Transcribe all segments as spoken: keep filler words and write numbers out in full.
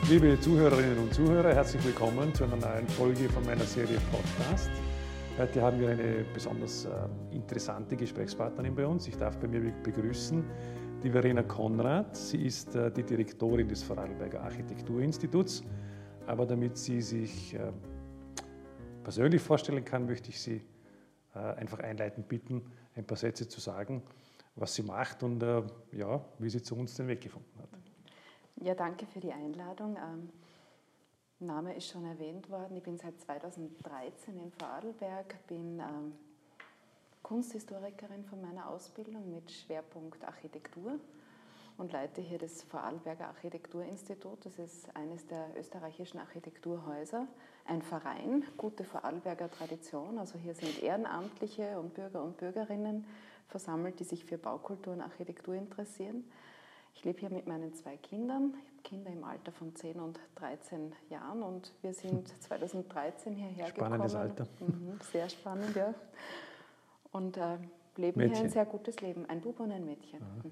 Liebe Zuhörerinnen und Zuhörer, herzlich willkommen zu einer neuen Folge von meiner Serie Podcast. Heute haben wir eine besonders äh, interessante Gesprächspartnerin bei uns. Ich darf bei mir begrüßen die Verena Konrad. Sie ist äh, die Direktorin des Vorarlberger Architekturinstituts. Aber damit sie sich äh, persönlich vorstellen kann, möchte ich Sie äh, einfach einleitend bitten, ein paar Sätze zu sagen, was sie macht und äh, ja, wie sie zu uns den Weg gefunden hat. Ja, danke für die Einladung. Ähm, Name ist schon erwähnt worden. Ich bin seit zweitausenddreizehn in Vorarlberg, bin ähm, Kunsthistorikerin von meiner Ausbildung mit Schwerpunkt Architektur und leite hier das Vorarlberger Architekturinstitut. Das ist eines der österreichischen Architekturhäuser, ein Verein, gute Vorarlberger Tradition. Also hier sind Ehrenamtliche und Bürger und Bürgerinnen versammelt, die sich für Baukultur und Architektur interessieren. Ich lebe hier mit meinen zwei Kindern. Ich habe Kinder im Alter von zehn und dreizehn Jahren und wir sind zweitausenddreizehn hierher Spannendes gekommen. Alter. Mhm, sehr spannend, ja. Und äh, leben Mädchen. hier ein sehr gutes Leben. Ein Bub und ein Mädchen. Mhm.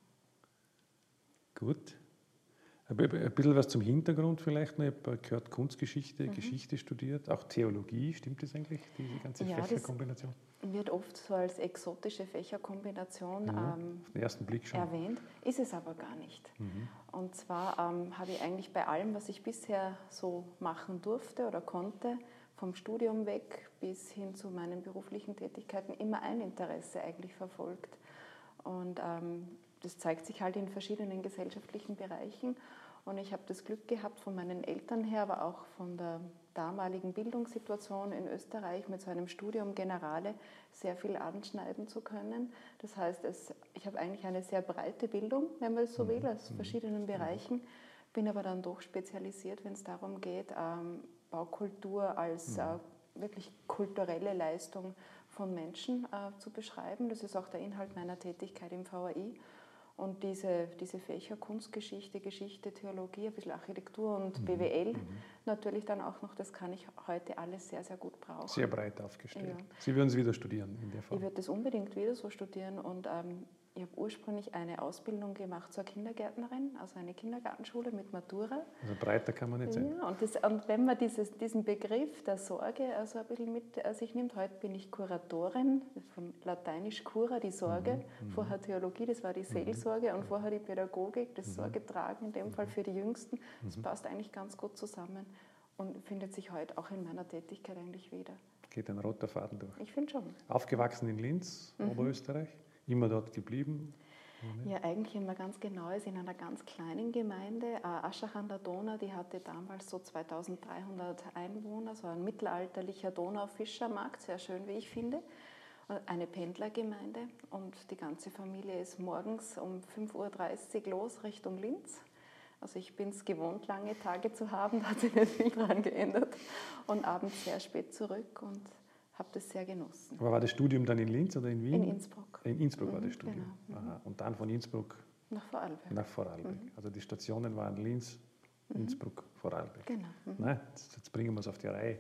Gut. Ein bisschen was zum Hintergrund vielleicht noch. Ich habe gehört, Kunstgeschichte, Mhm. Geschichte studiert, auch Theologie. Stimmt das eigentlich, diese ganze Ja, Fächerkombination? Wird oft so als exotische Fächerkombination Ja, ähm, auf den ersten Blick schon. erwähnt, ist es aber gar nicht. Mhm. Und zwar ähm, habe ich eigentlich bei allem, was ich bisher so machen durfte oder konnte, vom Studium weg bis hin zu meinen beruflichen Tätigkeiten, immer ein Interesse eigentlich verfolgt. Und ähm, das zeigt sich halt in verschiedenen gesellschaftlichen Bereichen. Und ich habe das Glück gehabt, von meinen Eltern her, aber auch von der damaligen Bildungssituation in Österreich mit so einem Studium Generale sehr viel anschneiden zu können. Das heißt, es, ich habe eigentlich eine sehr breite Bildung, wenn man es so will, aus verschiedenen Bereichen, bin aber dann doch spezialisiert, wenn es darum geht, ähm, Baukultur als äh, wirklich kulturelle Leistung von Menschen äh, zu beschreiben. Das ist auch der Inhalt meiner Tätigkeit im V A I. Und diese, diese Fächer Kunstgeschichte, Geschichte, Theologie, ein bisschen Architektur und Mhm. B W L Mhm. natürlich dann auch noch, das kann ich heute alles sehr, sehr gut brauchen. Sehr breit aufgestellt. Ja. Sie würden es wieder studieren in der Form? Ich würde das unbedingt wieder so studieren und ähm, ich habe ursprünglich eine Ausbildung gemacht zur Kindergärtnerin, also eine Kindergartenschule mit Matura. Also breiter kann man nicht sein. Ja, und, das, und wenn man dieses, diesen Begriff der Sorge also ein bisschen mit sich nimmt, heute bin ich Kuratorin, von lateinisch cura, die Sorge, Mhm, vorher Theologie, das war die Seelsorge und vorher die Pädagogik, das Mhm. Sorgetragen, in dem Fall für die Jüngsten. Das Mhm. passt eigentlich ganz gut zusammen und findet sich heute auch in meiner Tätigkeit eigentlich wieder. Geht ein roter Faden durch. Ich finde schon. Aufgewachsen in Linz, Mhm. Oberösterreich, immer dort geblieben? Ja, eigentlich, wenn man ganz genau ist, in einer ganz kleinen Gemeinde. Äh, Aschach an der Donau, die hatte damals so zweitausenddreihundert Einwohner, so ein mittelalterlicher Donaufischermarkt, sehr schön, wie ich finde. Eine Pendlergemeinde und die ganze Familie ist morgens um fünf Uhr dreißig los Richtung Linz. Also ich bin es gewohnt, lange Tage zu haben, da hat sich nicht viel dran geändert. Und abends sehr spät zurück und habe das sehr genossen. Aber war das Studium dann in Linz oder in Wien? In Innsbruck. In Innsbruck Mhm, war das Studium. genau. Aha. Und dann von Innsbruck Nach Vorarlberg. nach Vorarlberg. Mhm. Also die Stationen waren Linz, Innsbruck, Vorarlberg. Genau. Mhm. Nein, jetzt, jetzt bringen wir es auf die Reihe.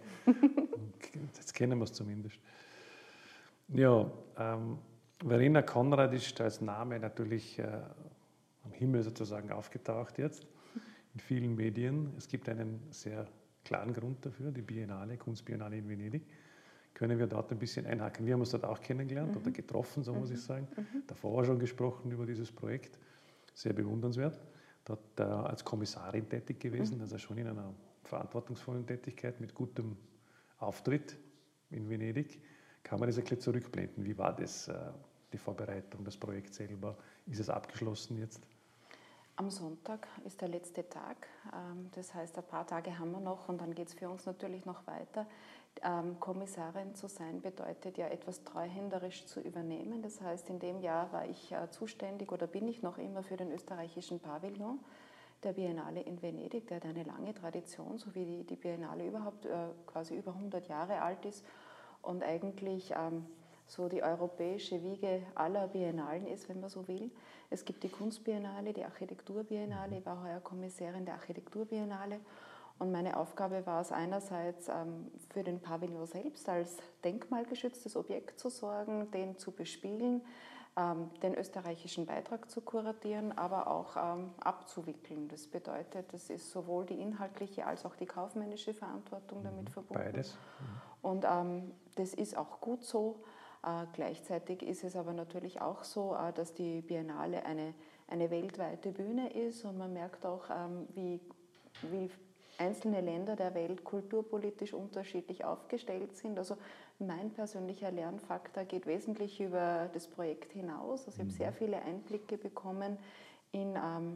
Jetzt kennen wir es zumindest. Ja, ähm, Verena Konrad ist als Name natürlich äh, am Himmel sozusagen aufgetaucht jetzt in vielen Medien. Es gibt einen sehr klaren Grund dafür, die Biennale, Kunstbiennale in Venedig. Können wir dort ein bisschen einhaken? Wir haben uns dort auch kennengelernt mhm. oder getroffen, so muss ich sagen. Mhm. Davor schon gesprochen über dieses Projekt. Sehr bewundernswert. Dort äh, als Kommissarin tätig gewesen, also schon in einer verantwortungsvollen Tätigkeit mit gutem Auftritt in Venedig. Kann man das ein bisschen zurückblenden? Wie war das, äh, die Vorbereitung, das Projekt selber? Ist es abgeschlossen jetzt? Am Sonntag ist der letzte Tag, das heißt, ein paar Tage haben wir noch und dann geht es für uns natürlich noch weiter. Kommissarin zu sein bedeutet ja, etwas treuhänderisch zu übernehmen. Das heißt, in dem Jahr war ich zuständig oder bin ich noch immer für den österreichischen Pavillon der Biennale in Venedig. Der hat eine lange Tradition, so wie die, die Biennale überhaupt quasi über hundert Jahre alt ist und eigentlich so die europäische Wiege aller Biennalen ist, wenn man so will. Es gibt die Kunstbiennale, die Architekturbiennale. Ich war heuer Kommissarin der Architekturbiennale und meine Aufgabe war es einerseits ähm, für den Pavillon selbst als denkmalgeschütztes Objekt zu sorgen, den zu bespielen, ähm, den österreichischen Beitrag zu kuratieren, aber auch ähm, abzuwickeln. Das bedeutet, es ist sowohl die inhaltliche als auch die kaufmännische Verantwortung damit verbunden. Beides. Und ähm, das ist auch gut so. Äh, gleichzeitig ist es aber natürlich auch so, äh, dass die Biennale eine, eine weltweite Bühne ist und man merkt auch, ähm, wie, wie einzelne Länder der Welt kulturpolitisch unterschiedlich aufgestellt sind. Also mein persönlicher Lernfaktor geht wesentlich über das Projekt hinaus. Also ich habe sehr viele Einblicke bekommen in, ähm,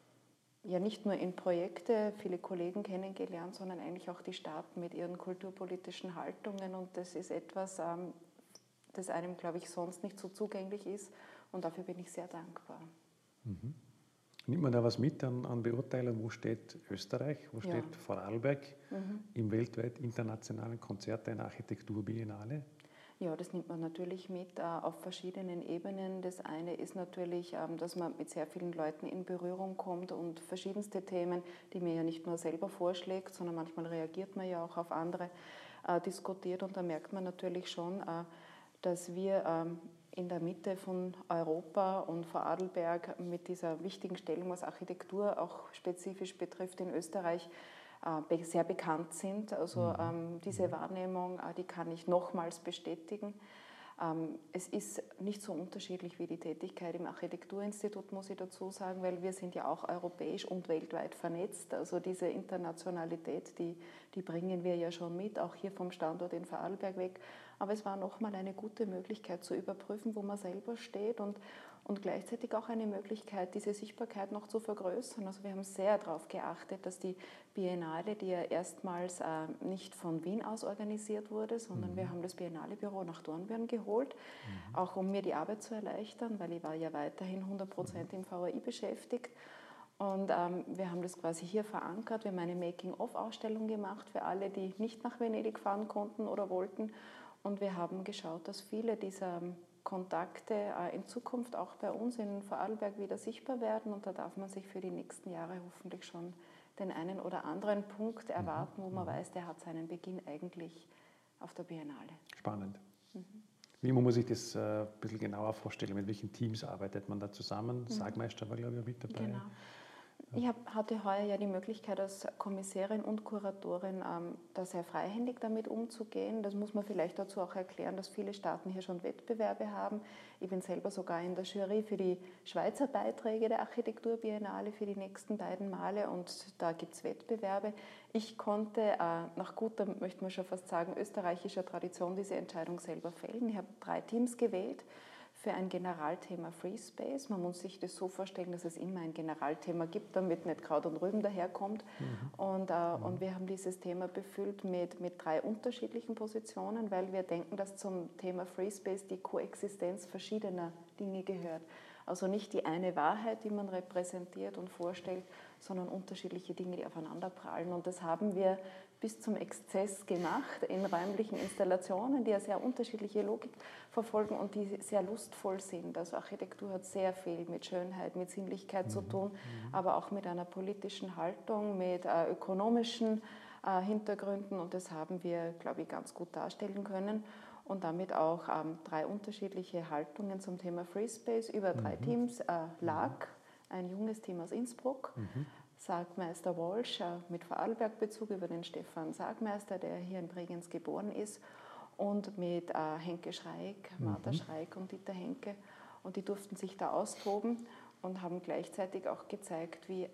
ja nicht nur in Projekte, viele Kollegen kennengelernt, sondern eigentlich auch die Staaten mit ihren kulturpolitischen Haltungen. Und das ist etwas, ähm, das einem, glaube ich, sonst nicht so zugänglich ist. Und dafür bin ich sehr dankbar. Mhm. Nimmt man da was mit an, an Beurteilung? Wo steht Österreich, wo steht Ja. Vorarlberg Mhm. im weltweit internationalen Konzert der Architekturbiennale? Ja, das nimmt man natürlich mit äh, auf verschiedenen Ebenen. Das eine ist natürlich, ähm, dass man mit sehr vielen Leuten in Berührung kommt und verschiedenste Themen, die man ja nicht nur selber vorschlägt, sondern manchmal reagiert man ja auch auf andere, äh, diskutiert. Und da merkt man natürlich schon, äh, dass wir ähm, in der Mitte von Europa und Vorarlberg mit dieser wichtigen Stellung, was Architektur auch spezifisch betrifft in Österreich, äh, sehr bekannt sind. Also Mhm. ähm, diese Wahrnehmung, äh, die kann ich nochmals bestätigen. Ähm, es ist nicht so unterschiedlich wie die Tätigkeit im Architekturinstitut, muss ich dazu sagen, weil wir sind ja auch europäisch und weltweit vernetzt. Also diese Internationalität, die, die bringen wir ja schon mit, auch hier vom Standort in Vorarlberg weg. Aber es war nochmal eine gute Möglichkeit zu überprüfen, wo man selber steht und, und gleichzeitig auch eine Möglichkeit, diese Sichtbarkeit noch zu vergrößern. Also wir haben sehr darauf geachtet, dass die Biennale, die ja erstmals äh, nicht von Wien aus organisiert wurde, sondern mhm. wir haben das Biennale-Büro nach Dornbirn geholt, mhm. auch um mir die Arbeit zu erleichtern, weil ich war ja weiterhin hundert Prozent mhm. im V A I beschäftigt. Und ähm, wir haben das quasi hier verankert. Wir haben eine Making-of-Ausstellung gemacht für alle, die nicht nach Venedig fahren konnten oder wollten. Und wir haben geschaut, dass viele dieser Kontakte äh, in Zukunft auch bei uns in Vorarlberg wieder sichtbar werden. Und da darf man sich für die nächsten Jahre hoffentlich schon den einen oder anderen Punkt erwarten, wo man weiß, der hat seinen Beginn eigentlich auf der Biennale. Spannend. Mhm. Wie muss man sich das äh, ein bisschen genauer vorstellen? Mit welchen Teams arbeitet man da zusammen? Mhm. Sargmeister war, glaube ich, mit dabei. Genau. Ich hab, hatte heuer ja die Möglichkeit, als Kommissärin und Kuratorin ähm, da sehr freihändig damit umzugehen. Das muss man vielleicht dazu auch erklären, dass viele Staaten hier schon Wettbewerbe haben. Ich bin selber sogar in der Jury für die Schweizer Beiträge der Architekturbiennale für die nächsten beiden Male und da gibt es Wettbewerbe. Ich konnte äh, nach guter, möchte man schon fast sagen, österreichischer Tradition diese Entscheidung selber fällen. Ich habe drei Teams gewählt für ein Generalthema Free Space. Man muss sich das so vorstellen, dass es immer ein Generalthema gibt, damit nicht Kraut und Rüben daherkommt. Mhm. Und, äh, mhm. und wir haben dieses Thema befüllt mit, mit drei unterschiedlichen Positionen, weil wir denken, dass zum Thema Free Space die Koexistenz verschiedener Dinge gehört. Also nicht die eine Wahrheit, die man repräsentiert und vorstellt, sondern unterschiedliche Dinge, die aufeinanderprallen. Und das haben wir bis zum Exzess gemacht in räumlichen Installationen, die eine sehr unterschiedliche Logik verfolgen und die sehr lustvoll sind. Also Architektur hat sehr viel mit Schönheit, mit Sinnlichkeit mhm. zu tun, mhm. aber auch mit einer politischen Haltung, mit äh, ökonomischen äh, Hintergründen und das haben wir, glaube ich, ganz gut darstellen können. Und damit auch ähm, drei unterschiedliche Haltungen zum Thema Free Space über drei mhm. Teams. Äh, L A G, ein junges Team aus Innsbruck, mhm. Sargmeister Walsh äh, mit Vorarlberg-Bezug über den Stefan Sargmeister, der hier in Bregenz geboren ist, und mit äh, Henke Schreik, Martha mhm. Schreik und Dieter Henke. Und die durften sich da austoben und haben gleichzeitig auch gezeigt, wie, äh,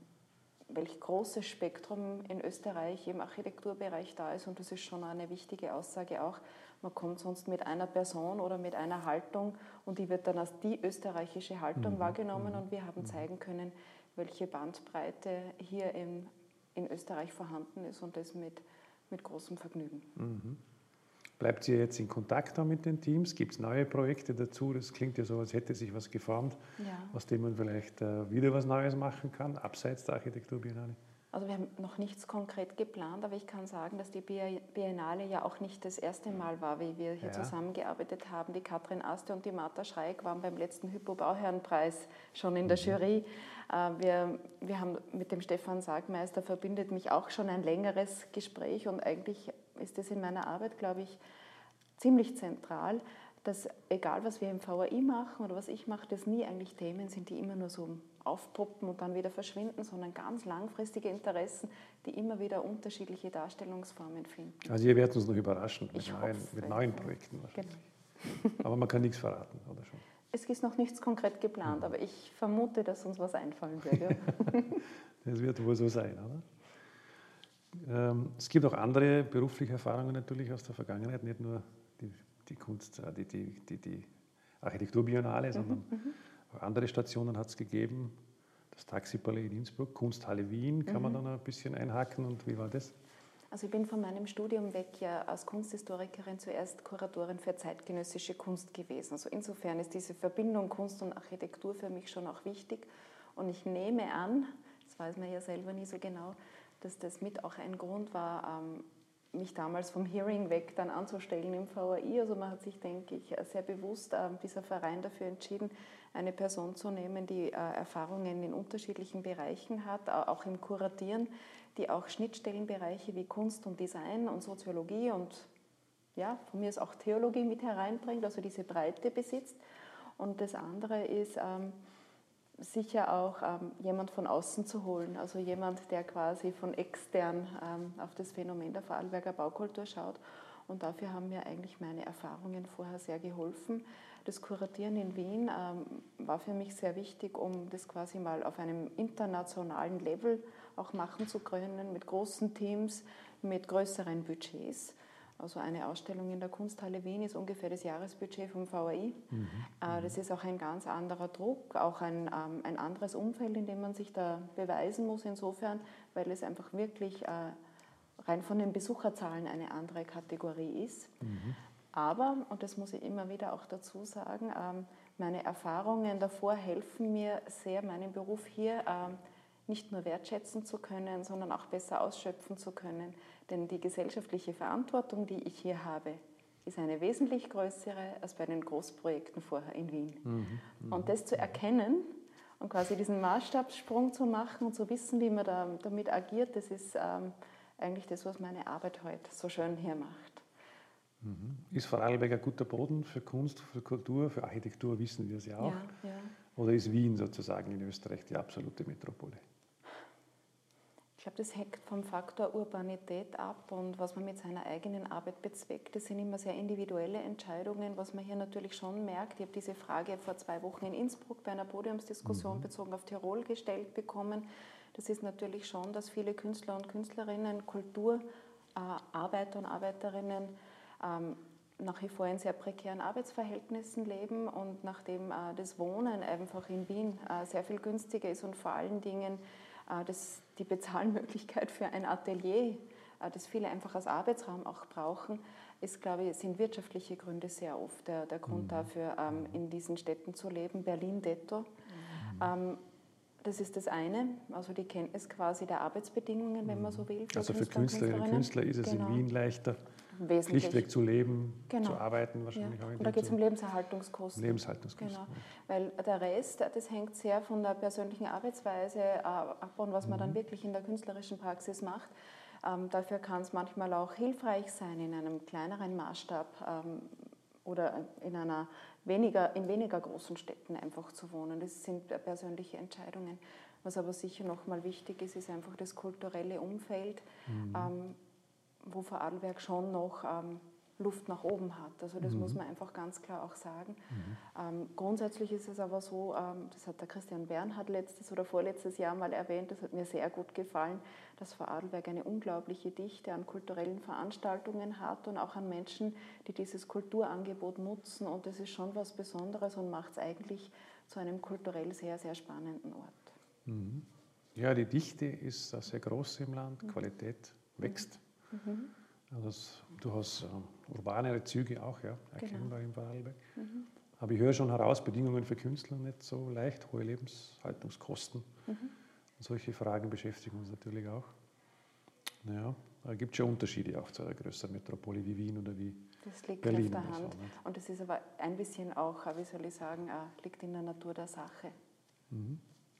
welch großes Spektrum in Österreich im Architekturbereich da ist. Und das ist schon eine wichtige Aussage auch. Man kommt sonst mit einer Person oder mit einer Haltung und die wird dann als die österreichische Haltung mhm. wahrgenommen. Und wir haben mhm. zeigen können, welche Bandbreite hier in, in Österreich vorhanden ist und das mit, mit großem Vergnügen. Mhm. Bleibt ihr jetzt in Kontakt da mit den Teams? Gibt es neue Projekte dazu? Das klingt ja so, als hätte sich was geformt, ja. aus dem man vielleicht äh, wieder was Neues machen kann, abseits der Architekturbiennale. Also wir haben noch nichts konkret geplant, aber ich kann sagen, dass die Biennale ja auch nicht das erste Mal war, wie wir hier ja. zusammengearbeitet haben. Die Katrin Aste und die Martha Schreik waren beim letzten Hypo-Bauherrenpreis schon in der mhm. Jury. Wir, wir haben mit dem Stefan Sargmeister verbindet mich auch schon ein längeres Gespräch und eigentlich ist das in meiner Arbeit, glaube ich, ziemlich zentral, dass egal, was wir im V A I machen oder was ich mache, das nie eigentlich Themen sind, die immer nur so aufpoppen und dann wieder verschwinden, sondern ganz langfristige Interessen, die immer wieder unterschiedliche Darstellungsformen finden. Also ihr werdet uns noch überraschen mit, Ich neuen, hoffe, mit neuen ja. Projekten wahrscheinlich. Genau. Aber man kann nichts verraten, oder schon? Es ist noch nichts konkret geplant, Mhm. aber ich vermute, dass uns was einfallen wird. Ja. Das wird wohl so sein, oder? Ähm, es gibt auch andere berufliche Erfahrungen natürlich aus der Vergangenheit, nicht nur die, die Kunst, äh, die, die, die, die Architekturbiennale, sondern Mhm. auch andere Stationen hat es gegeben. Das Taxipalais in Innsbruck, Kunsthalle Wien, kann man Mhm. dann ein bisschen einhaken und wie war das? Also ich bin von meinem Studium weg ja als Kunsthistorikerin zuerst Kuratorin für zeitgenössische Kunst gewesen. Also insofern ist diese Verbindung Kunst und Architektur für mich schon auch wichtig. Und ich nehme an, das weiß man ja selber nie so genau, dass das mit auch ein Grund war, mich damals vom Hearing weg dann anzustellen im V A I. Also man hat sich, denke ich, sehr bewusst, dieser Verein dafür entschieden, eine Person zu nehmen, die Erfahrungen in unterschiedlichen Bereichen hat, auch im Kuratieren, die auch Schnittstellenbereiche wie Kunst und Design und Soziologie und ja, von mir ist auch Theologie mit hereinbringt, also diese Breite besitzt. Und das andere ist ähm, sicher auch ähm, jemand von außen zu holen, also jemand, der quasi von extern ähm, auf das Phänomen der Vorarlberger Baukultur schaut. Und dafür haben mir eigentlich meine Erfahrungen vorher sehr geholfen. Das Kuratieren in Wien ähm, war für mich sehr wichtig, um das quasi mal auf einem internationalen Level auch machen zu können, mit großen Teams, mit größeren Budgets. Also eine Ausstellung in der Kunsthalle Wien ist ungefähr das Jahresbudget vom V A I. Mhm. Das ist auch ein ganz anderer Druck, auch ein, ein anderes Umfeld, in dem man sich da beweisen muss insofern, weil es einfach wirklich rein von den Besucherzahlen eine andere Kategorie ist. Mhm. Aber, und das muss ich immer wieder auch dazu sagen, meine Erfahrungen davor helfen mir sehr, meinen Beruf hier nicht nur wertschätzen zu können, sondern auch besser ausschöpfen zu können. Denn die gesellschaftliche Verantwortung, die ich hier habe, ist eine wesentlich größere als bei den Großprojekten vorher in Wien. Mhm. Und das zu erkennen und quasi diesen Maßstabssprung zu machen und zu wissen, wie man da, damit agiert, das ist ähm, eigentlich das, was meine Arbeit heute so schön hier macht. Mhm. Ist Vorarlberg ein guter Boden für Kunst, für Kultur, für Architektur, wissen wir es ja auch? Ja, ja. Oder ist Wien sozusagen in Österreich die absolute Metropole? Ich glaube, das hängt vom Faktor Urbanität ab und was man mit seiner eigenen Arbeit bezweckt. Das sind immer sehr individuelle Entscheidungen, was man hier natürlich schon merkt. Ich habe diese Frage vor zwei Wochen in Innsbruck bei einer Podiumsdiskussion mhm. bezogen auf Tirol gestellt bekommen. Das ist natürlich schon, dass viele Künstler und Künstlerinnen, Kulturarbeiter und Arbeiterinnen ähm, nach wie vor in sehr prekären Arbeitsverhältnissen leben und nachdem äh, das Wohnen einfach in Wien äh, sehr viel günstiger ist und vor allen Dingen Das, die Bezahlmöglichkeit für ein Atelier, das viele einfach als Arbeitsraum auch brauchen, ist, glaube ich, sind wirtschaftliche Gründe sehr oft der, der Grund mhm. dafür, ähm, in diesen Städten zu leben. Berlin detto. Mhm. Ähm, das ist das eine, also die Kenntnis quasi der Arbeitsbedingungen, wenn man so will. Für also für Künstlerinnen und Künstler ist es genau. in Wien leichter, Wesentlich. schlichtweg zu leben, genau. zu arbeiten wahrscheinlich ja. auch. In Und da geht es um Lebenserhaltungskosten. Lebenserhaltungskosten. Genau. Weil der Rest, das hängt sehr von der persönlichen Arbeitsweise ab und was man mhm. dann wirklich in der künstlerischen Praxis macht. Ähm, dafür kann es manchmal auch hilfreich sein, in einem kleineren Maßstab ähm, oder in einer weniger, in weniger großen Städten einfach zu wohnen. Das sind persönliche Entscheidungen. Was aber sicher nochmal wichtig ist, ist einfach das kulturelle Umfeld, mhm. ähm, wo Vorarlberg schon noch ähm, Luft nach oben hat. Also das mhm. muss man einfach ganz klar auch sagen. Mhm. Ähm, grundsätzlich ist es aber so, ähm, das hat der Christian Bernhard letztes oder vorletztes Jahr mal erwähnt, das hat mir sehr gut gefallen, dass Vorarlberg eine unglaubliche Dichte an kulturellen Veranstaltungen hat und auch an Menschen, die dieses Kulturangebot nutzen. Und das ist schon was Besonderes und macht es eigentlich zu einem kulturell sehr, sehr spannenden Ort. Mhm. Ja, die Dichte ist sehr groß im Land, mhm. Qualität wächst. Mhm. Also das, du hast äh, urbanere Züge auch, ja, erkennbar genau. im Vorarlberg. Mhm. Aber ich höre schon heraus, Bedingungen für Künstler nicht so leicht, hohe Lebenshaltungskosten. Mhm. Und solche Fragen beschäftigen uns natürlich auch. Naja, da gibt es schon Unterschiede auch zu einer größeren Metropole wie Wien oder wie das liegt Berlin. auf der Hand. So, und das ist aber ein bisschen auch, wie soll ich sagen, liegt in der Natur der Sache. Mhm.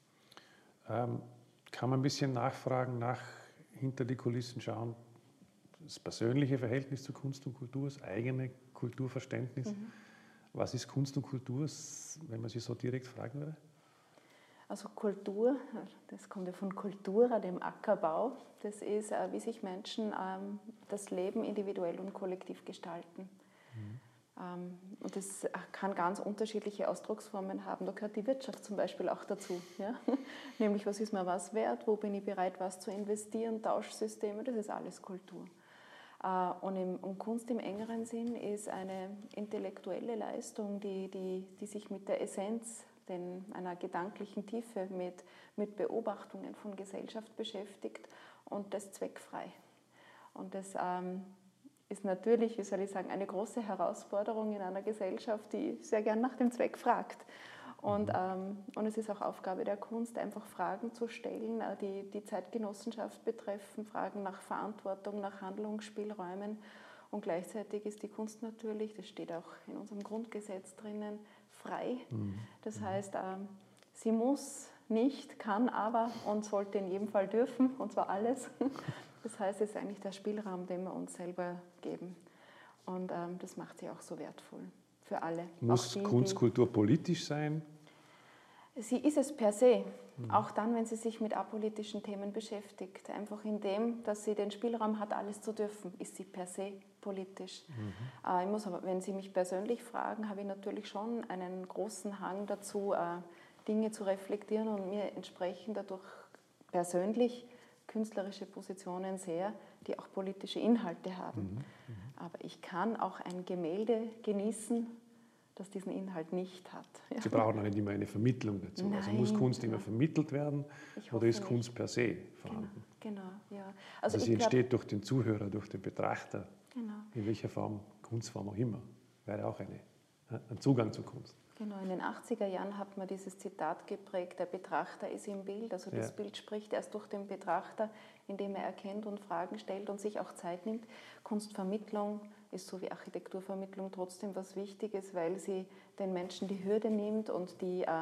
Ähm, kann man ein bisschen nachfragen, nach hinter die Kulissen schauen, das persönliche Verhältnis zu Kunst und Kultur, das eigene Kulturverständnis. Mhm. Was ist Kunst und Kultur, wenn man sie so direkt fragen würde? Also Kultur, das kommt ja von Kultura, dem Ackerbau. Das ist, wie sich Menschen das Leben individuell und kollektiv gestalten. Mhm. Und das kann ganz unterschiedliche Ausdrucksformen haben. Da gehört die Wirtschaft zum Beispiel auch dazu. Ja? Nämlich, was ist mir was wert, wo bin ich bereit, was zu investieren, Tauschsysteme, das ist alles Kultur. Und, im, und Kunst im engeren Sinn ist eine intellektuelle Leistung, die, die, die sich mit der Essenz, den, einer gedanklichen Tiefe, mit, mit Beobachtungen von Gesellschaft beschäftigt und das zweckfrei. Und das ähm, ist natürlich, wie soll ich sagen, eine große Herausforderung in einer Gesellschaft, die sehr gern nach dem Zweck fragt. Und, ähm, und es ist auch Aufgabe der Kunst, einfach Fragen zu stellen, die die Zeitgenossenschaft betreffen, Fragen nach Verantwortung, nach Handlungsspielräumen. Und gleichzeitig ist die Kunst natürlich, das steht auch in unserem Grundgesetz drinnen, frei. Mhm. Das heißt, ähm, sie muss nicht, kann aber und sollte in jedem Fall dürfen, und zwar alles. Das heißt, es ist eigentlich der Spielraum, den wir uns selber geben. Und ähm, das macht sie auch so wertvoll für alle. Muss die, Kunst, Kultur politisch sein? Sie ist es per se, mhm. auch dann, wenn sie sich mit apolitischen Themen beschäftigt. Einfach in dem, dass sie den Spielraum hat, alles zu dürfen, ist sie per se politisch. Mhm. Äh, ich muss aber, wenn Sie mich persönlich fragen, habe ich natürlich schon einen großen Hang dazu, äh, Dinge zu reflektieren und mir entsprechend dadurch persönlich künstlerische Positionen sehr, die auch politische Inhalte haben. Mhm. Mhm. Aber ich kann auch ein Gemälde genießen, das diesen Inhalt nicht hat. Ja. Sie brauchen auch nicht immer eine Vermittlung dazu. Nein, also muss Kunst immer vermittelt werden oder ist Kunst nicht per se vorhanden? Genau, genau ja. Also, also sie entsteht glaub, durch den Zuhörer, durch den Betrachter, genau. in welcher Form, Kunstform auch immer, wäre auch eine, ein Zugang zur Kunst. Genau, in den achtziger Jahren hat man dieses Zitat geprägt, der Betrachter ist im Bild, also das ja. Bild spricht erst durch den Betrachter, indem er erkennt und Fragen stellt und sich auch Zeit nimmt. Kunstvermittlung ist so wie Architekturvermittlung trotzdem was Wichtiges, weil sie den Menschen die Hürde nimmt und die, äh,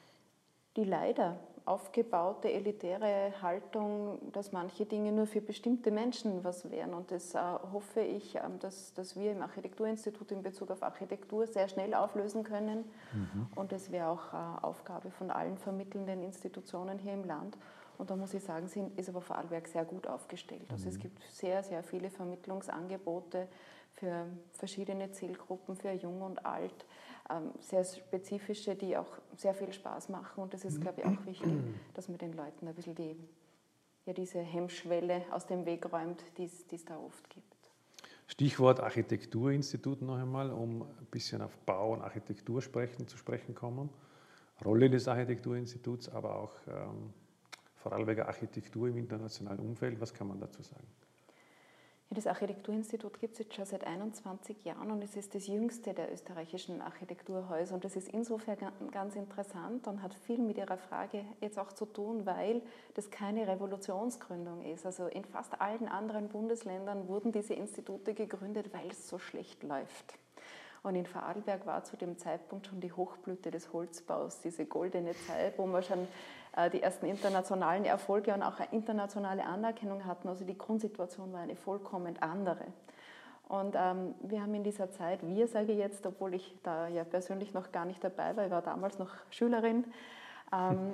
die leider aufgebaute elitäre Haltung, dass manche Dinge nur für bestimmte Menschen was wären. Und das äh, hoffe ich, äh, dass, dass wir im Architekturinstitut in Bezug auf Architektur sehr schnell auflösen können. Mhm. Und das wäre auch äh, Aufgabe von allen vermittelnden Institutionen hier im Land. Und da muss ich sagen, sind, ist aber Vorarlberg sehr gut aufgestellt. Also mhm. es gibt sehr, sehr viele Vermittlungsangebote für verschiedene Zielgruppen, für Jung und Alt, ähm, sehr spezifische, die auch sehr viel Spaß machen. Und das ist, glaube ich, auch wichtig, dass man den Leuten ein bisschen die, ja, diese Hemmschwelle aus dem Weg räumt, die es da oft gibt. Stichwort Architekturinstitut noch einmal, um ein bisschen auf Bau und Architektur sprechen, zu sprechen kommen. Rolle des Architekturinstituts, aber auch ähm, Vorarlberger Architektur im internationalen Umfeld. Was kann man dazu sagen? Ja, das Architekturinstitut gibt es jetzt schon seit einundzwanzig Jahren und es ist das jüngste der österreichischen Architekturhäuser. Und das ist insofern ganz interessant und hat viel mit Ihrer Frage jetzt auch zu tun, weil das keine Revolutionsgründung ist. Also in fast allen anderen Bundesländern wurden diese Institute gegründet, weil es so schlecht läuft. Und in Vorarlberg war zu dem Zeitpunkt schon die Hochblüte des Holzbaus, diese goldene Zeit, wo wir schon die ersten internationalen Erfolge und auch eine internationale Anerkennung hatten. Also die Grundsituation war eine vollkommen andere. Und ähm, wir haben in dieser Zeit, wir sage ich jetzt, obwohl ich da ja persönlich noch gar nicht dabei war, ich war damals noch Schülerin, ähm,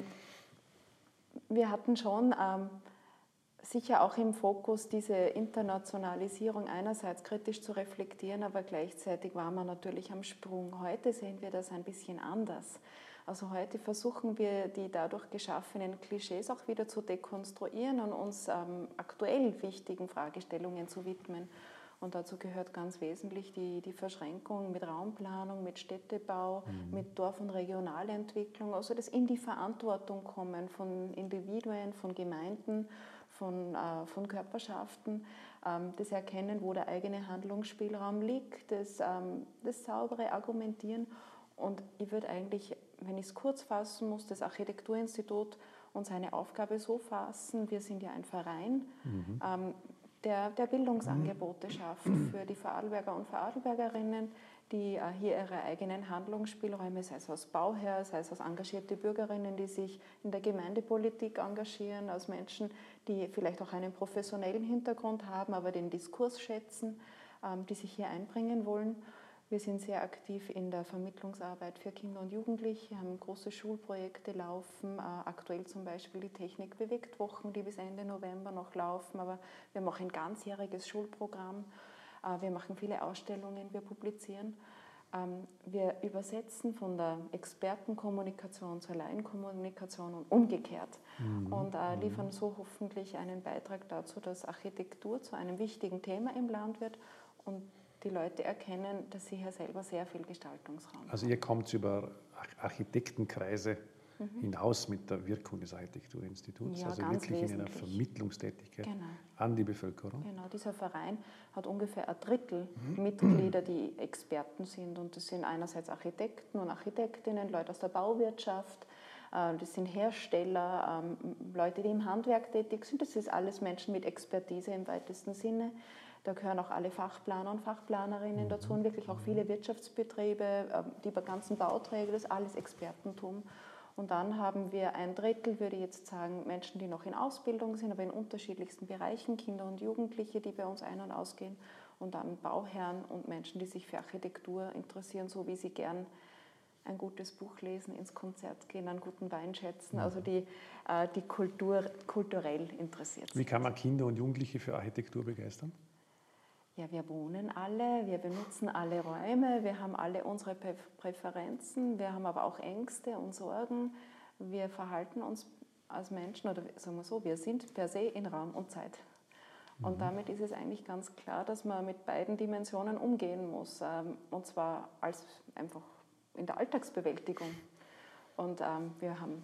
wir hatten schon ähm, sicher auch im Fokus diese Internationalisierung einerseits kritisch zu reflektieren, aber gleichzeitig war man natürlich am Sprung. Heute sehen wir das ein bisschen anders. Also heute versuchen wir, die dadurch geschaffenen Klischees auch wieder zu dekonstruieren und uns ähm, aktuell wichtigen Fragestellungen zu widmen. Und dazu gehört ganz wesentlich die, die Verschränkung mit Raumplanung, mit Städtebau, mhm. mit Dorf- und Regionalentwicklung, also das in die Verantwortung kommen von Individuen, von Gemeinden, von, äh, von Körperschaften, ähm, das Erkennen, wo der eigene Handlungsspielraum liegt, das, ähm, das saubere Argumentieren. Und ich würde eigentlich, wenn ich es kurz fassen muss, das Architekturinstitut und seine Aufgabe so fassen, wir sind ja ein Verein, mhm. ähm, der, der Bildungsangebote schafft für die Vorarlberger und Vorarlbergerinnen, die äh, hier ihre eigenen Handlungsspielräume, sei es als Bauherr, sei es als engagierte Bürgerinnen, die sich in der Gemeindepolitik engagieren, als Menschen, die vielleicht auch einen professionellen Hintergrund haben, aber den Diskurs schätzen, ähm, die sich hier einbringen wollen. Wir sind sehr aktiv in der Vermittlungsarbeit für Kinder und Jugendliche, haben große Schulprojekte laufen, aktuell zum Beispiel die Technik-Bewegt-Wochen, die bis Ende November noch laufen, aber wir haben auch ein ganzjähriges Schulprogramm, wir machen viele Ausstellungen, wir publizieren. Wir übersetzen von der Expertenkommunikation zur Laienkommunikation und umgekehrt mhm. und liefern so hoffentlich einen Beitrag dazu, dass Architektur zu einem wichtigen Thema im Land wird und die Leute erkennen, dass sie hier selber sehr viel Gestaltungsraum haben. Also ihr kommt über Architektenkreise mhm. hinaus mit der Wirkung des Architekturinstituts, ja, also ganz wirklich wesentlich. in einer Vermittlungstätigkeit genau. an die Bevölkerung. Genau, dieser Verein hat ungefähr ein Drittel mhm. Mitglieder, die Experten sind und das sind einerseits Architekten und Architektinnen, Leute aus der Bauwirtschaft, das sind Hersteller, Leute, die im Handwerk tätig sind, das ist alles Menschen mit Expertise im weitesten Sinne. Da gehören auch alle Fachplaner und Fachplanerinnen dazu und wirklich auch viele Wirtschaftsbetriebe, die ganzen Bauträger, das ist alles Expertentum. Und dann haben wir ein Drittel, würde ich jetzt sagen, Menschen, die noch in Ausbildung sind, aber in unterschiedlichsten Bereichen, Kinder und Jugendliche, die bei uns ein- und ausgehen. Und dann Bauherren und Menschen, die sich für Architektur interessieren, so wie sie gern ein gutes Buch lesen, ins Konzert gehen, einen guten Wein schätzen, also die, die Kultur, kulturell interessiert sind. Wie kann man Kinder und Jugendliche für Architektur begeistern? Ja, wir wohnen alle, wir benutzen alle Räume, wir haben alle unsere Präferenzen, wir haben aber auch Ängste und Sorgen. Wir verhalten uns als Menschen, oder sagen wir so, wir sind per se in Raum und Zeit. Und mhm. damit ist es eigentlich ganz klar, dass man mit beiden Dimensionen umgehen muss. Und zwar als einfach in der Alltagsbewältigung. Und wir haben,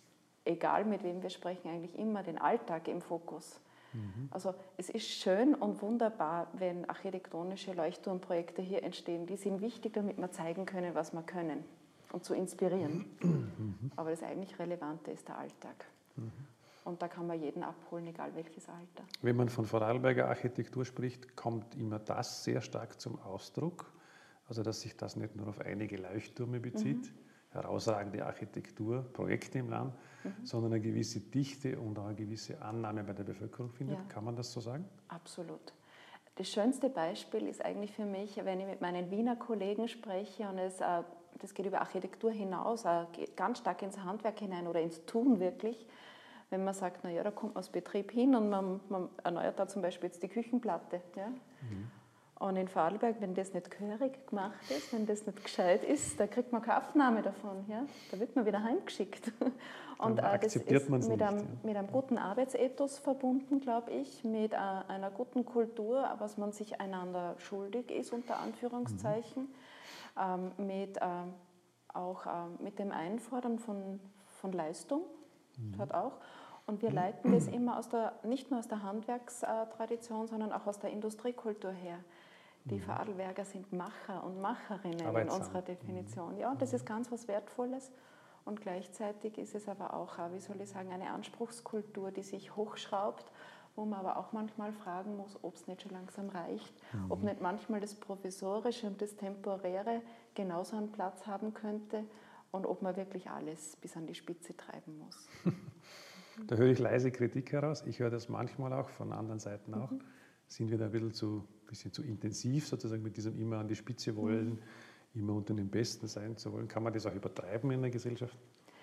egal mit wem wir sprechen, eigentlich immer den Alltag im Fokus. Also es ist schön und wunderbar, wenn architektonische Leuchtturmprojekte hier entstehen. Die sind wichtig, damit wir zeigen können, was wir können und zu inspirieren. Aber das eigentlich Relevante ist der Alltag. Und da kann man jeden abholen, egal welches Alter. Wenn man von Vorarlberger Architektur spricht, kommt immer das sehr stark zum Ausdruck. Also dass sich das nicht nur auf einige Leuchttürme bezieht, mhm. herausragende Architekturprojekte im Land, mhm. sondern eine gewisse Dichte und auch eine gewisse Annahme bei der Bevölkerung findet. Ja. Kann man das so sagen? Absolut. Das schönste Beispiel ist eigentlich für mich, wenn ich mit meinen Wiener Kollegen spreche und es, das geht über Architektur hinaus, geht ganz stark ins Handwerk hinein oder ins Tun wirklich. Wenn man sagt, naja, da kommt man aus Betrieb hin und man, man erneuert da zum Beispiel jetzt die Küchenplatte. Ja? Mhm. Und in Vorarlberg, wenn das nicht gehörig gemacht ist, wenn das nicht gescheit ist, da kriegt man keine Aufnahme davon. Ja? Da wird man wieder heimgeschickt. Und äh, das ist mit, nicht, einem, ja. mit einem guten Arbeitsethos verbunden, glaube ich, mit äh, einer guten Kultur, was man sich einander schuldig ist, unter Anführungszeichen, mhm. ähm, mit, äh, auch äh, mit dem Einfordern von, von Leistung, mhm. das hat auch. Und wir leiten das immer aus der, nicht nur aus der Handwerkstradition, sondern auch aus der Industriekultur her. Die mhm. Vorarlberger sind Macher und Macherinnen Arbeitsam. in unserer Definition. Ja, und das ist ganz was Wertvolles. Und gleichzeitig ist es aber auch, wie soll ich sagen, eine Anspruchskultur, die sich hochschraubt, wo man aber auch manchmal fragen muss, ob es nicht schon langsam reicht, mhm. ob nicht manchmal das Provisorische und das Temporäre genauso einen Platz haben könnte und ob man wirklich alles bis an die Spitze treiben muss. Da höre ich leise Kritik heraus. Ich höre das manchmal auch von anderen Seiten auch. Mhm. Sind wir da ein bisschen zu, bisschen zu intensiv sozusagen mit diesem immer an die Spitze wollen, mhm. immer unter den Besten sein zu wollen? Kann man das auch übertreiben in der Gesellschaft?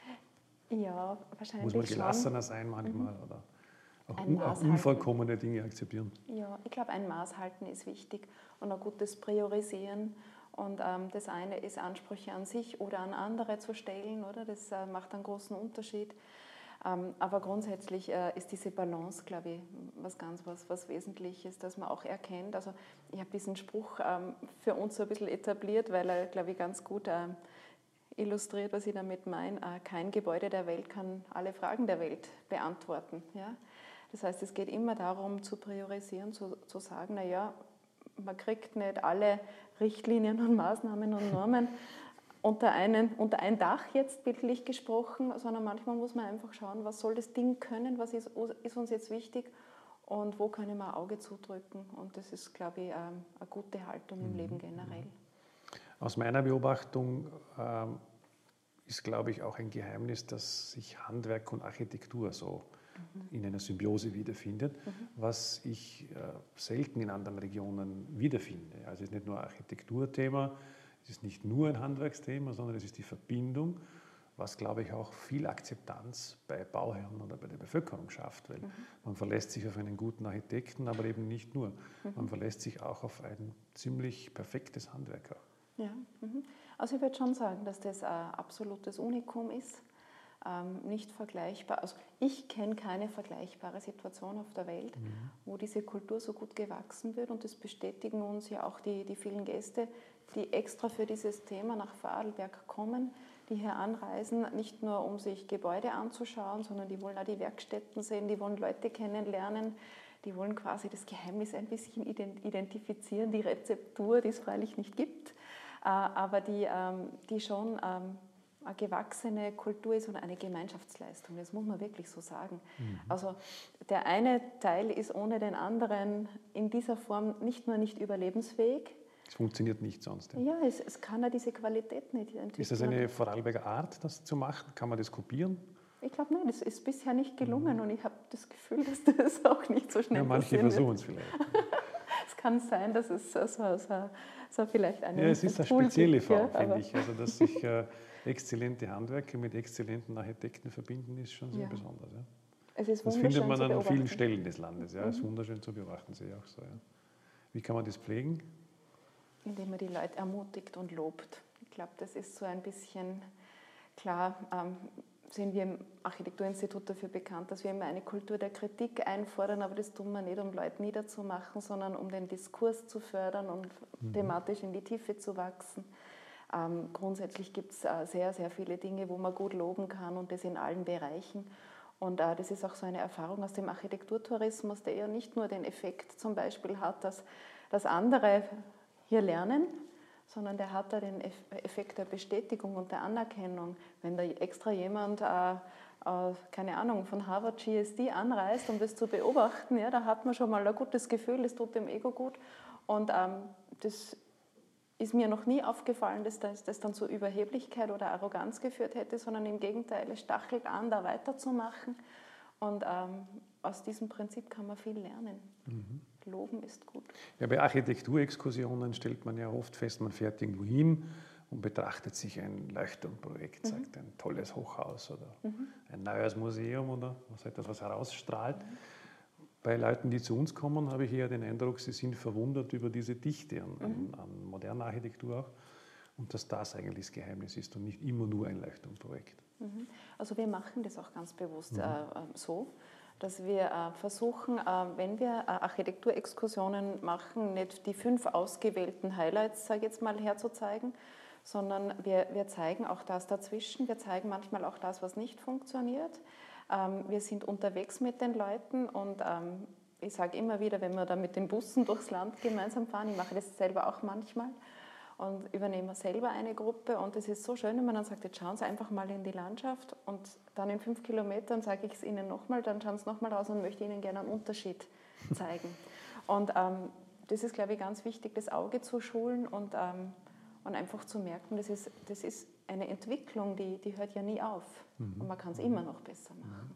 Ja, wahrscheinlich Muss man gelassener schon. sein manchmal mhm. oder auch, un auch unvollkommene Dinge akzeptieren? Ja, ich glaube, ein Maß halten ist wichtig und ein gutes Priorisieren. Und ähm, das eine ist, Ansprüche an sich oder an andere zu stellen, oder? Das äh, macht einen großen Unterschied. Ähm, aber grundsätzlich äh, ist diese Balance, glaube ich, was ganz was, was Wesentliches, dass man auch erkennt. Also ich habe diesen Spruch ähm, für uns so ein bisschen etabliert, weil er, glaube ich, ganz gut äh, illustriert, was ich damit meine. Äh, kein Gebäude der Welt kann alle Fragen der Welt beantworten. Ja? Das heißt, es geht immer darum, zu priorisieren, zu, zu sagen, naja, man kriegt nicht alle Richtlinien und Maßnahmen und Normen unter, einen, unter ein Dach jetzt bildlich gesprochen, sondern manchmal muss man einfach schauen, was soll das Ding können, was ist, ist uns jetzt wichtig und wo können wir ein Auge zudrücken. Und das ist, glaube ich, eine gute Haltung im Leben generell. Aus meiner Beobachtung ähm, ist, glaube ich, auch ein Geheimnis, dass sich Handwerk und Architektur so mhm. in einer Symbiose wiederfindet, mhm. was ich äh, selten in anderen Regionen wiederfinde. Also es ist nicht nur ein Architekturthema, es ist nicht nur ein Handwerksthema, sondern es ist die Verbindung, was, glaube ich, auch viel Akzeptanz bei Bauherren oder bei der Bevölkerung schafft, weil mhm. man verlässt sich auf einen guten Architekten, aber eben nicht nur. Mhm. Man verlässt sich auch auf ein ziemlich perfektes Handwerk. Ja, mhm. Also ich würde schon sagen, dass das ein absolutes Unikum ist, ähm, nicht vergleichbar. Also ich kenne keine vergleichbare Situation auf der Welt, mhm. wo diese Kultur so gut gewachsen wird, und das bestätigen uns ja auch die, die vielen Gäste, die extra für dieses Thema nach Vorarlberg kommen, die hier anreisen, nicht nur um sich Gebäude anzuschauen, sondern die wollen auch die Werkstätten sehen, die wollen Leute kennenlernen, die wollen quasi das Geheimnis ein bisschen identifizieren, die Rezeptur, die es freilich nicht gibt, aber die, die schon eine gewachsene Kultur ist und eine Gemeinschaftsleistung, das muss man wirklich so sagen. Mhm. Also der eine Teil ist ohne den anderen in dieser Form nicht nur nicht überlebensfähig. Es funktioniert nicht sonst. Ja, ja es, es kann ja diese Qualität nicht entwickeln. Ist das eine Vorarlberger Art, das zu machen? Kann man das kopieren? Ich glaube, nein, das ist bisher nicht gelungen, mhm. und ich habe das Gefühl, dass das auch nicht so schnell ja, manche versuchen es vielleicht. Es kann sein, dass es so, so, so, so vielleicht eine. Ja, es ist eine spezielle Form, ja, finde ich. Also, dass sich äh, exzellente Handwerker mit exzellenten Architekten verbinden, ist schon sehr ja. besonders. Ja. Es ist das findet man an vielen Stellen des Landes. Ja. Es mhm. ist wunderschön zu beobachten, sehe ich auch so. Ja. Wie kann man das pflegen? Indem man die Leute ermutigt und lobt. Ich glaube, das ist so ein bisschen klar. Ähm, sind wir im Architekturinstitut dafür bekannt, dass wir immer eine Kultur der Kritik einfordern, aber das tun wir nicht, um Leute niederzumachen, sondern um den Diskurs zu fördern und mhm. thematisch in die Tiefe zu wachsen. Ähm, grundsätzlich gibt es äh, sehr, sehr viele Dinge, wo man gut loben kann, und das in allen Bereichen. Und äh, das ist auch so eine Erfahrung aus dem Architekturtourismus, der ja nicht nur den Effekt zum Beispiel hat, dass, dass andere hier lernen, sondern der hat da den Effekt der Bestätigung und der Anerkennung. Wenn da extra jemand, äh, äh, keine Ahnung, von Harvard G S D anreist, um das zu beobachten, ja, da hat man schon mal ein gutes Gefühl, das tut dem Ego gut. Und ähm, das ist mir noch nie aufgefallen, dass das, das dann zu Überheblichkeit oder Arroganz geführt hätte, sondern im Gegenteil, es stachelt an, da weiterzumachen. Und ähm, aus diesem Prinzip kann man viel lernen. Mhm. Loben ist gut. Ja, bei Architekturexkursionen stellt man ja oft fest, man fährt irgendwo hin und betrachtet sich ein Leuchtturmprojekt, mhm. sagt ein tolles Hochhaus oder mhm. ein neues Museum oder was etwas, was herausstrahlt. Mhm. Bei Leuten, die zu uns kommen, habe ich eher den Eindruck, sie sind verwundert über diese Dichte an, mhm. an, an moderner Architektur auch, und dass das eigentlich das Geheimnis ist und nicht immer nur ein Leuchtturmprojekt. Mhm. Also wir machen das auch ganz bewusst mhm. äh, so, dass wir äh, versuchen, äh, wenn wir äh, Architekturexkursionen machen, nicht die fünf ausgewählten Highlights, sage ich jetzt mal, herzuzeigen, sondern wir, wir zeigen auch das dazwischen. Wir zeigen manchmal auch das, was nicht funktioniert. Ähm, wir sind unterwegs mit den Leuten, und ähm, ich sage immer wieder, wenn wir da mit den Bussen durchs Land gemeinsam fahren, ich mache das selber auch manchmal, und übernehme selber eine Gruppe, und es ist so schön, wenn man dann sagt, jetzt schauen Sie einfach mal in die Landschaft, und dann in fünf Kilometern sage ich es Ihnen nochmal, dann schauen Sie nochmal raus und möchte Ihnen gerne einen Unterschied zeigen. Und ähm, das ist, glaube ich, ganz wichtig, das Auge zu schulen und, ähm, und einfach zu merken, das ist, das ist eine Entwicklung, die, die hört ja nie auf, mhm. und man kann es immer noch besser machen.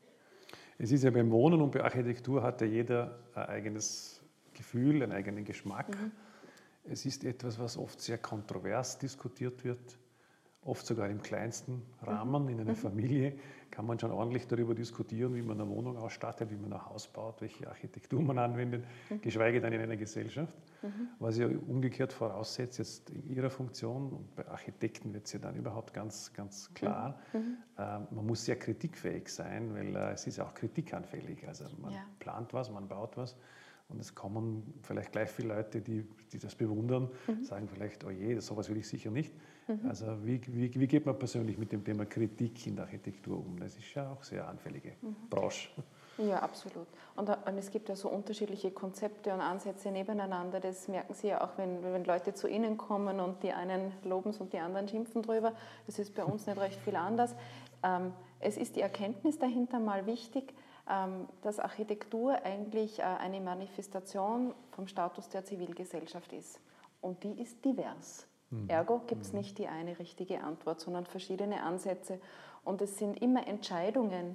Es ist ja beim Wohnen und bei Architektur hat ja jeder ein eigenes Gefühl, einen eigenen Geschmack. Mhm. Es ist etwas, was oft sehr kontrovers diskutiert wird, oft sogar im kleinsten Rahmen. In einer Familie kann man schon ordentlich darüber diskutieren, wie man eine Wohnung ausstattet, wie man ein Haus baut, welche Architektur man anwendet, geschweige denn in einer Gesellschaft. Mhm. Was ja umgekehrt voraussetzt, jetzt in Ihrer Funktion, und bei Architekten wird es ja dann überhaupt ganz, ganz klar, mhm. äh, man muss sehr kritikfähig sein, weil äh, es ist ja auch kritikanfällig. Also man ja. plant was, man baut was. Und es kommen vielleicht gleich viele Leute, die, die das bewundern, mhm. sagen vielleicht, oh je, sowas will ich sicher nicht. Mhm. Also wie, wie, wie geht man persönlich mit dem Thema Kritik in der Architektur um? Das ist ja auch eine sehr anfällige mhm. Branche. Ja, absolut. Und, und es gibt ja so unterschiedliche Konzepte und Ansätze nebeneinander. Das merken Sie ja auch, wenn, wenn Leute zu Ihnen kommen und die einen loben es und die anderen schimpfen drüber. Das ist bei uns nicht recht viel anders. Ähm, es ist die Erkenntnis dahinter mal wichtig, dass Architektur eigentlich eine Manifestation vom Status der Zivilgesellschaft ist. Und die ist divers. Mhm. Ergo gibt es mhm. nicht die eine richtige Antwort, sondern verschiedene Ansätze. Und es sind immer Entscheidungen,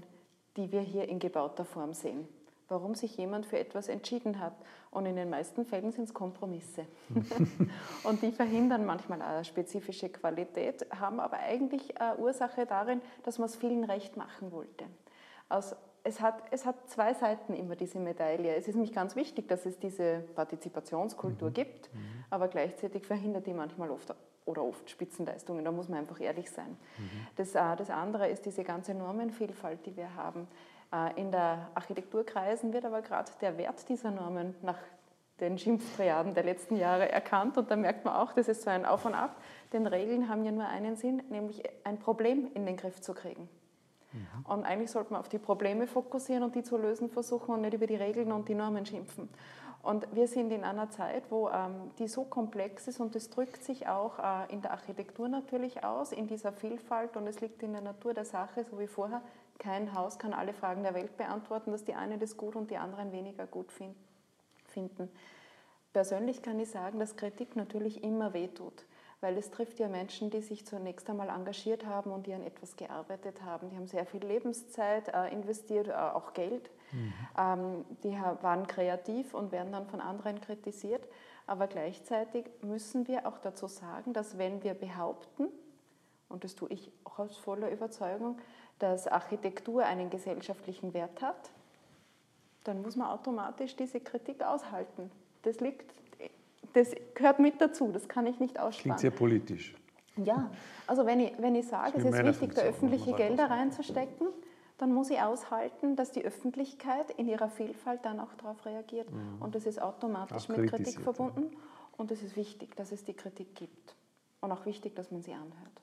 die wir hier in gebauter Form sehen. Warum sich jemand für etwas entschieden hat. Und in den meisten Fällen sind es Kompromisse. Und die verhindern manchmal eine spezifische Qualität, haben aber eigentlich eine Ursache darin, dass man es vielen recht machen wollte. Also es hat, es hat zwei Seiten immer, diese Medaille. Es ist nämlich ganz wichtig, dass es diese Partizipationskultur mhm. gibt, mhm. aber gleichzeitig verhindert die manchmal oft oder oft Spitzenleistungen. Da muss man einfach ehrlich sein. Mhm. Das, das andere ist diese ganze Normenvielfalt, die wir haben. In der Architekturkreisen wird aber gerade der Wert dieser Normen nach den Schimpftriaden der letzten Jahre erkannt. Und da merkt man auch, das ist so ein Auf und Ab. Denn Regeln haben ja nur einen Sinn, nämlich ein Problem in den Griff zu kriegen. Mhm. Und eigentlich sollte man auf die Probleme fokussieren und die zu lösen versuchen und nicht über die Regeln und die Normen schimpfen. Und wir sind in einer Zeit, wo ähm, die so komplex ist und das drückt sich auch äh, in der Architektur natürlich aus, in dieser Vielfalt und es liegt in der Natur der Sache, so wie vorher. Kein Haus kann alle Fragen der Welt beantworten, dass die einen das gut und die anderen weniger gut finden. Persönlich kann ich sagen, dass Kritik natürlich immer wehtut, weil es trifft ja Menschen, die sich zunächst einmal engagiert haben und die an etwas gearbeitet haben. Die haben sehr viel Lebenszeit äh, investiert, äh, auch Geld. Mhm. Ähm, die waren kreativ und werden dann von anderen kritisiert. Aber gleichzeitig müssen wir auch dazu sagen, dass wenn wir behaupten, und das tue ich auch aus voller Überzeugung, dass Architektur einen gesellschaftlichen Wert hat, dann muss man automatisch diese Kritik aushalten. Das liegt, das gehört mit dazu, das kann ich nicht aussparen. Klingt sehr politisch. Ja, also wenn ich, wenn ich sage, es ist wichtig, da öffentliche Gelder reinzustecken, dann muss ich aushalten, dass die Öffentlichkeit in ihrer Vielfalt dann auch darauf reagiert. Mhm. Und das ist automatisch mit Kritik verbunden. Und es ist wichtig, dass es die Kritik gibt. Und auch wichtig, dass man sie anhört.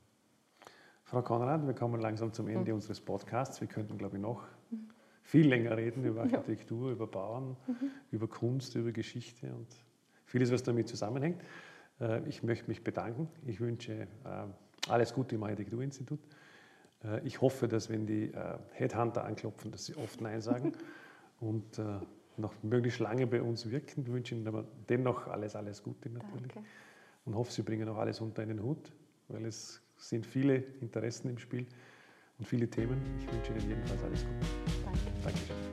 Frau Konrad, wir kommen langsam zum Ende mhm. unseres Podcasts. Wir könnten, glaube ich, noch mhm. viel länger reden über Architektur, ja. über Bauern, mhm. über Kunst, über Geschichte und vieles, was damit zusammenhängt. Ich möchte mich bedanken. Ich wünsche alles Gute im Architekturinstitut. Ich hoffe, dass wenn die Headhunter anklopfen, dass sie oft Nein sagen und noch möglichst lange bei uns wirken. Ich wünsche Ihnen aber dennoch alles, alles Gute natürlich. Danke. Und hoffe, Sie bringen auch alles unter einen Hut, weil es sind viele Interessen im Spiel und viele Themen. Ich wünsche Ihnen jedenfalls alles Gute. Danke. Dankeschön.